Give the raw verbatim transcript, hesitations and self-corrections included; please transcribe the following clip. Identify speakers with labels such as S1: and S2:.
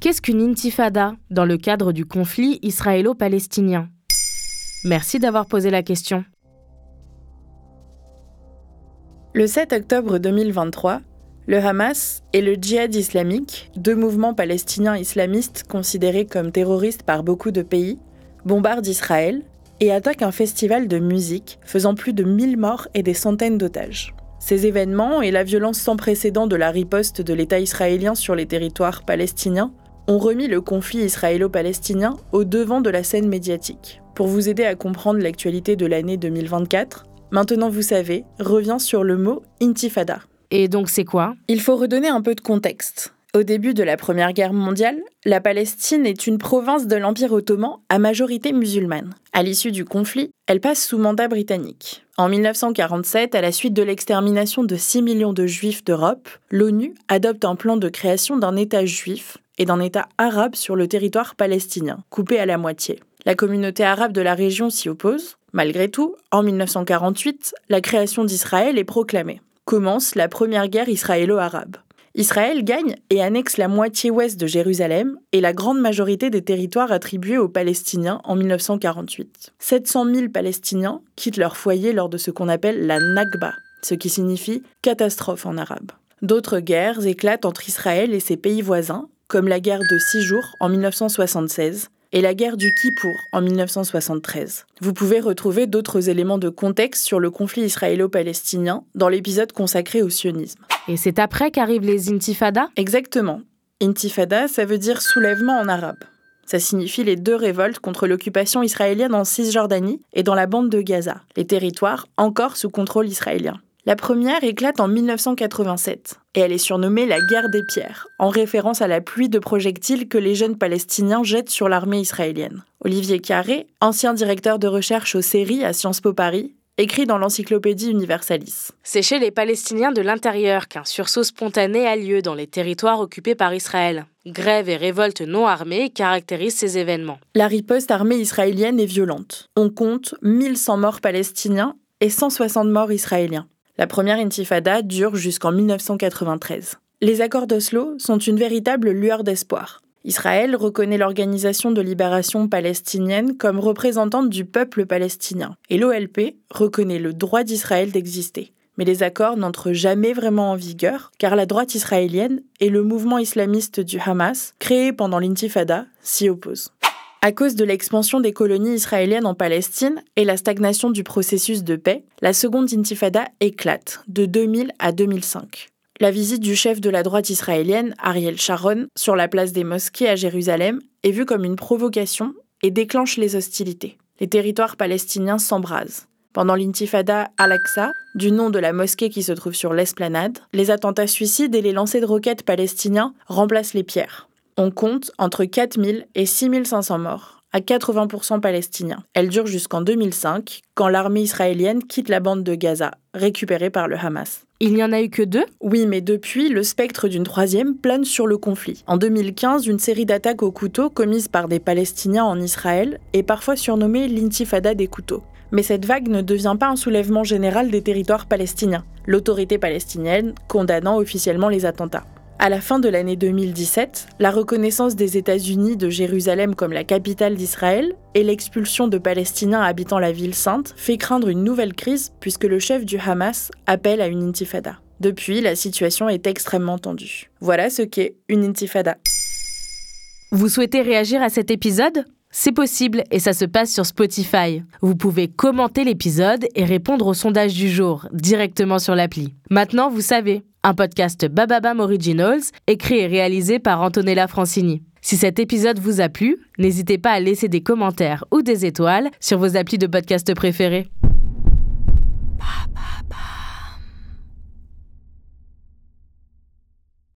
S1: Qu'est-ce qu'une intifada dans le cadre du conflit israélo-palestinien ? Merci d'avoir posé la question.
S2: Le sept octobre deux mille vingt-trois, le Hamas et le Djihad islamique, deux mouvements palestiniens islamistes considérés comme terroristes par beaucoup de pays, bombardent Israël et attaquent un festival de musique faisant plus de mille morts et des centaines d'otages. Ces événements et la violence sans précédent de la riposte de l'État israélien sur les territoires palestiniens ont remis le conflit israélo-palestinien au devant de la scène médiatique. Pour vous aider à comprendre l'actualité de l'année deux mille vingt-quatre, Maintenant vous savez revient sur le mot intifada.
S1: Et donc c'est quoi ?
S2: Il faut redonner un peu de contexte. Au début de la Première Guerre mondiale, la Palestine est une province de l'Empire ottoman à majorité musulmane. À l'issue du conflit, elle passe sous mandat britannique. En dix-neuf cent quarante-sept, à la suite de l'extermination de six millions de juifs d'Europe, l'ONU adopte un plan de création d'un État juif et d'un État arabe sur le territoire palestinien, coupé à la moitié. La communauté arabe de la région s'y oppose. Malgré tout, en dix-neuf cent quarante-huit, la création d'Israël est proclamée. Commence la première guerre israélo-arabe. Israël gagne et annexe la moitié ouest de Jérusalem et la grande majorité des territoires attribués aux Palestiniens en dix-neuf cent quarante-huit. sept cent mille Palestiniens quittent leur foyer lors de ce qu'on appelle la Nakba, ce qui signifie catastrophe en arabe. D'autres guerres éclatent entre Israël et ses pays voisins, comme la guerre de Six jours en dix-neuf cent soixante-seize et la guerre du Kippour en dix-neuf cent soixante-treize. Vous pouvez retrouver d'autres éléments de contexte sur le conflit israélo-palestinien dans l'épisode consacré au sionisme.
S1: Et c'est après qu'arrivent les intifadas ?
S2: Exactement. Intifada, ça veut dire soulèvement en arabe. Ça signifie les deux révoltes contre l'occupation israélienne en Cisjordanie et dans la bande de Gaza, les territoires encore sous contrôle israélien. La première éclate en dix-neuf cent quatre-vingt-sept et elle est surnommée la guerre des pierres, en référence à la pluie de projectiles que les jeunes Palestiniens jettent sur l'armée israélienne. Olivier Carré, ancien directeur de recherche au C E R I à Sciences Po Paris, écrit dans l'Encyclopédie Universalis.
S1: C'est chez les Palestiniens de l'intérieur qu'un sursaut spontané a lieu dans les territoires occupés par Israël. Grèves et révoltes non armées caractérisent ces événements.
S2: La riposte armée israélienne est violente. On compte mille cent morts palestiniens et cent soixante morts israéliens. La première intifada dure jusqu'en dix-neuf cent quatre-vingt-treize. Les accords d'Oslo sont une véritable lueur d'espoir. Israël reconnaît l'Organisation de libération palestinienne comme représentante du peuple palestinien. Et l'O L P reconnaît le droit d'Israël d'exister. Mais les accords n'entrent jamais vraiment en vigueur, car la droite israélienne et le mouvement islamiste du Hamas, créé pendant l'intifada, s'y opposent. À cause de l'expansion des colonies israéliennes en Palestine et la stagnation du processus de paix, la seconde intifada éclate de deux mille à deux mille cinq. La visite du chef de la droite israélienne, Ariel Sharon, sur la place des mosquées à Jérusalem est vue comme une provocation et déclenche les hostilités. Les territoires palestiniens s'embrasent. Pendant l'intifada Al-Aqsa, du nom de la mosquée qui se trouve sur l'esplanade, les attentats suicides et les lancers de roquettes palestiniens remplacent les pierres. On compte entre quatre mille et six mille cinq cents morts, à quatre-vingts pour cent palestiniens. Elle dure jusqu'en deux mille cinq, quand l'armée israélienne quitte la bande de Gaza, récupérée par le Hamas.
S1: Il n'y en a eu que deux ?
S2: Oui, mais depuis, le spectre d'une troisième plane sur le conflit. En deux mille quinze, une série d'attaques au couteau commises par des Palestiniens en Israël est parfois surnommée l'intifada des couteaux. Mais cette vague ne devient pas un soulèvement général des territoires palestiniens, l'autorité palestinienne condamnant officiellement les attentats. À la fin de l'année deux mille dix-sept, la reconnaissance des États-Unis de Jérusalem comme la capitale d'Israël et l'expulsion de Palestiniens habitant la ville sainte fait craindre une nouvelle crise puisque le chef du Hamas appelle à une intifada. Depuis, la situation est extrêmement tendue. Voilà ce qu'est une intifada.
S1: Vous souhaitez réagir à cet épisode ? C'est possible et ça se passe sur Spotify. Vous pouvez commenter l'épisode et répondre au sondage du jour directement sur l'appli. Maintenant, vous savez, un podcast Bababam Originals, écrit et réalisé par Antonella Francini. Si cet épisode vous a plu, n'hésitez pas à laisser des commentaires ou des étoiles sur vos applis de podcast préférés.